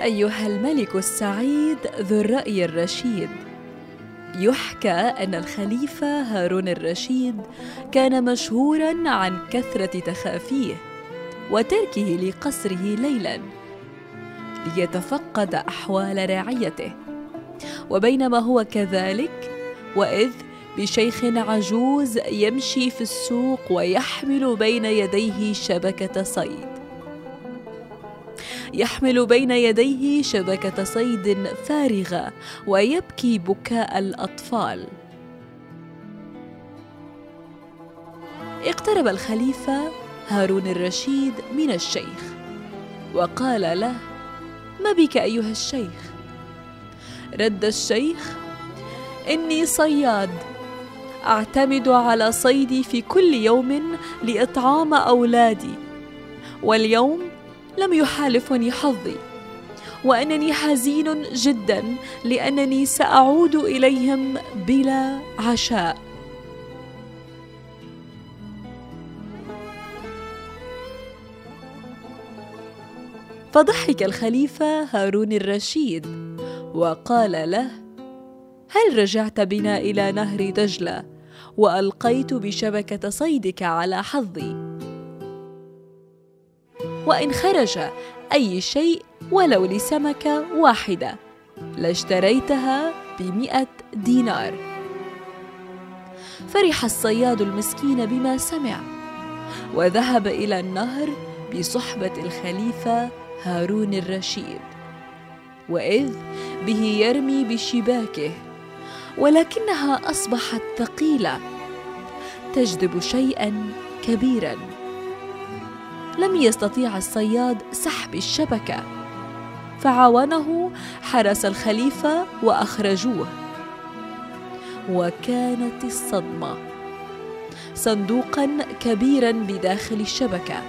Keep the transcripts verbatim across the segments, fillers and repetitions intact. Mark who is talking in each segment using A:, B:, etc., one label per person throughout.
A: أيها الملك السعيد ذو الرأي الرشيد، يحكى أن الخليفة هارون الرشيد كان مشهوراً عن كثرة تخافيه وتركه لقصره ليلاً ليتفقد أحوال رعيته. وبينما هو كذلك، وإذ بشيخ عجوز يمشي في السوق ويحمل بين يديه شبكة صيد يحمل بين يديه شبكة صيد فارغة ويبكي بكاء الأطفال. اقترب الخليفة هارون الرشيد من الشيخ وقال له: ما بك أيها الشيخ؟ رد الشيخ: إني صياد، أعتمد على صيدي في كل يوم لإطعام أولادي، واليوم لم يحالفني حظي، وأنني حزين جدا لأنني سأعود إليهم بلا عشاء. فضحك الخليفة هارون الرشيد وقال له: هل رجعت بنا إلى نهر دجلة وألقيت بشبكة صيدك على حظي؟ وإن خرج أي شيء ولو لسمكة واحدة لاشتريتها بمئة دينار. فرح الصياد المسكين بما سمع وذهب إلى النهر بصحبة الخليفة هارون الرشيد، وإذ به يرمي بشباكه، ولكنها أصبحت ثقيلة تجذب شيئاً كبيراً. لم يستطيع الصياد سحب الشبكة، فعاونه حرس الخليفة وأخرجوه. وكانت الصدمة صندوقاً كبيراً بداخل الشبكة.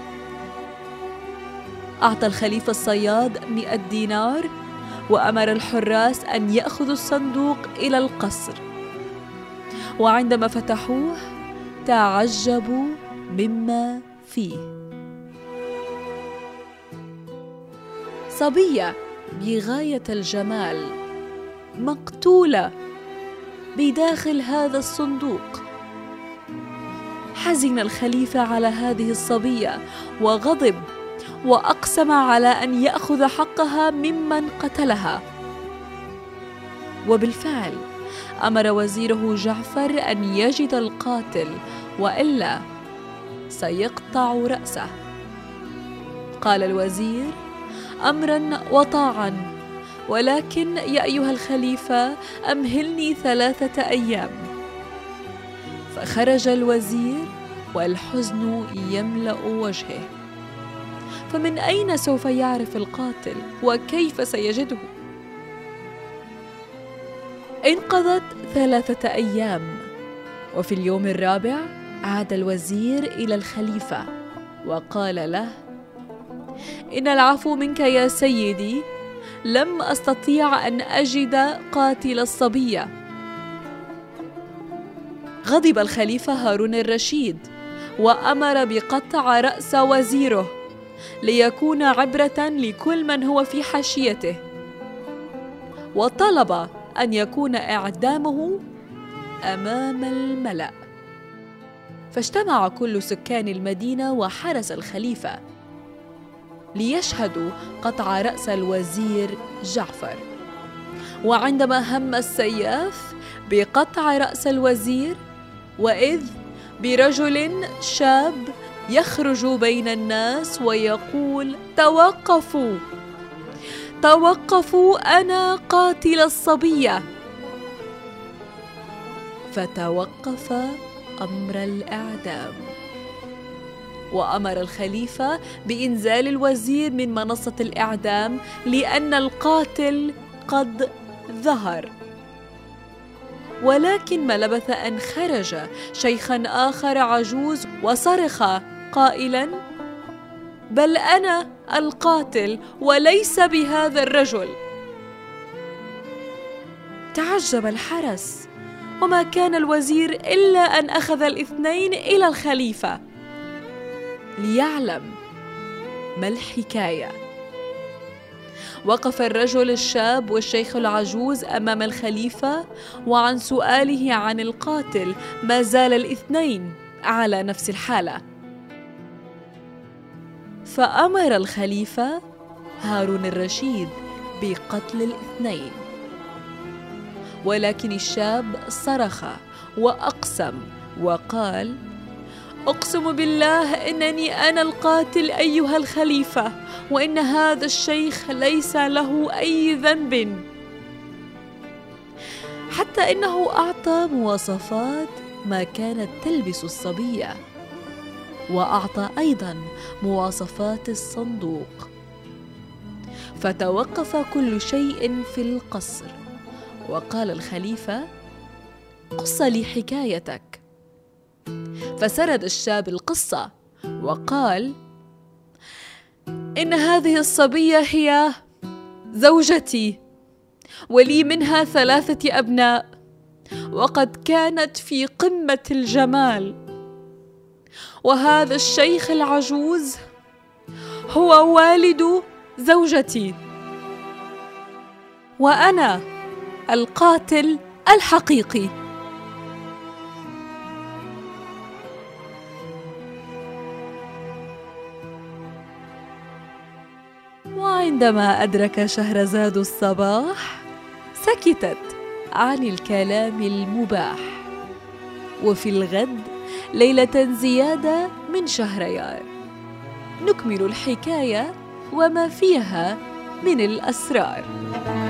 A: أعطى الخليفة الصياد مئة دينار وأمر الحراس أن يأخذوا الصندوق إلى القصر، وعندما فتحوه تعجبوا مما فيه. صبية بغاية الجمال مقتولة بداخل هذا الصندوق. حزن الخليفة على هذه الصبية وغضب، وأقسم على أن يأخذ حقها ممن قتلها. وبالفعل أمر وزيره جعفر أن يجد القاتل، وإلا سيقطع رأسه. قال الوزير: أمراً وطاعاً، ولكن يا أيها الخليفة أمهلني ثلاثة أيام. فخرج الوزير والحزن يملأ وجهه، فمن أين سوف يعرف القاتل وكيف سيجده؟ انقضت ثلاثة أيام، وفي اليوم الرابع عاد الوزير إلى الخليفة وقال له: إن العفو منك يا سيدي، لم أستطيع أن أجد قاتل الصبية. غضب الخليفة هارون الرشيد وأمر بقطع رأس وزيره ليكون عبرة لكل من هو في حاشيته، وطلب أن يكون إعدامه أمام الملأ. فاجتمع كل سكان المدينة وحرس الخليفة ليشهدوا قطع رأس الوزير جعفر. وعندما هم السياف بقطع رأس الوزير، وإذ برجل شاب يخرج بين الناس ويقول: توقفوا توقفوا، أنا قاتل الصبية. فتوقف أمر الإعدام، وأمر الخليفة بإنزال الوزير من منصة الإعدام لأن القاتل قد ظهر. ولكن ما لبث أن خرج شيخاً آخر عجوز وصرخ قائلاً: بل أنا القاتل وليس بهذا الرجل. تعجب الحرس، وما كان الوزير إلا أن أخذ الاثنين إلى الخليفة ليعلم ما الحكاية. وقف الرجل الشاب والشيخ العجوز أمام الخليفة، وعن سؤاله عن القاتل ما زال الاثنين على نفس الحالة. فأمر الخليفة هارون الرشيد بقتل الاثنين، ولكن الشاب صرخ وأقسم وقال: أقسم بالله إنني أنا القاتل أيها الخليفة، وإن هذا الشيخ ليس له أي ذنب. حتى إنه أعطى مواصفات ما كانت تلبس الصبية، وأعطى أيضاً مواصفات الصندوق. فتوقف كل شيء في القصر، وقال الخليفة: قص لي حكايتك. فسرد الشاب القصة وقال: إن هذه الصبية هي زوجتي، ولي منها ثلاثة أبناء، وقد كانت في قمة الجمال، وهذا الشيخ العجوز هو والد زوجتي، وأنا القاتل الحقيقي. وعندما أدرك شهرزاد الصباح سكتت عن الكلام المباح. وفي الغد ليلة زيادة من شهريار نكمل الحكاية وما فيها من الأسرار.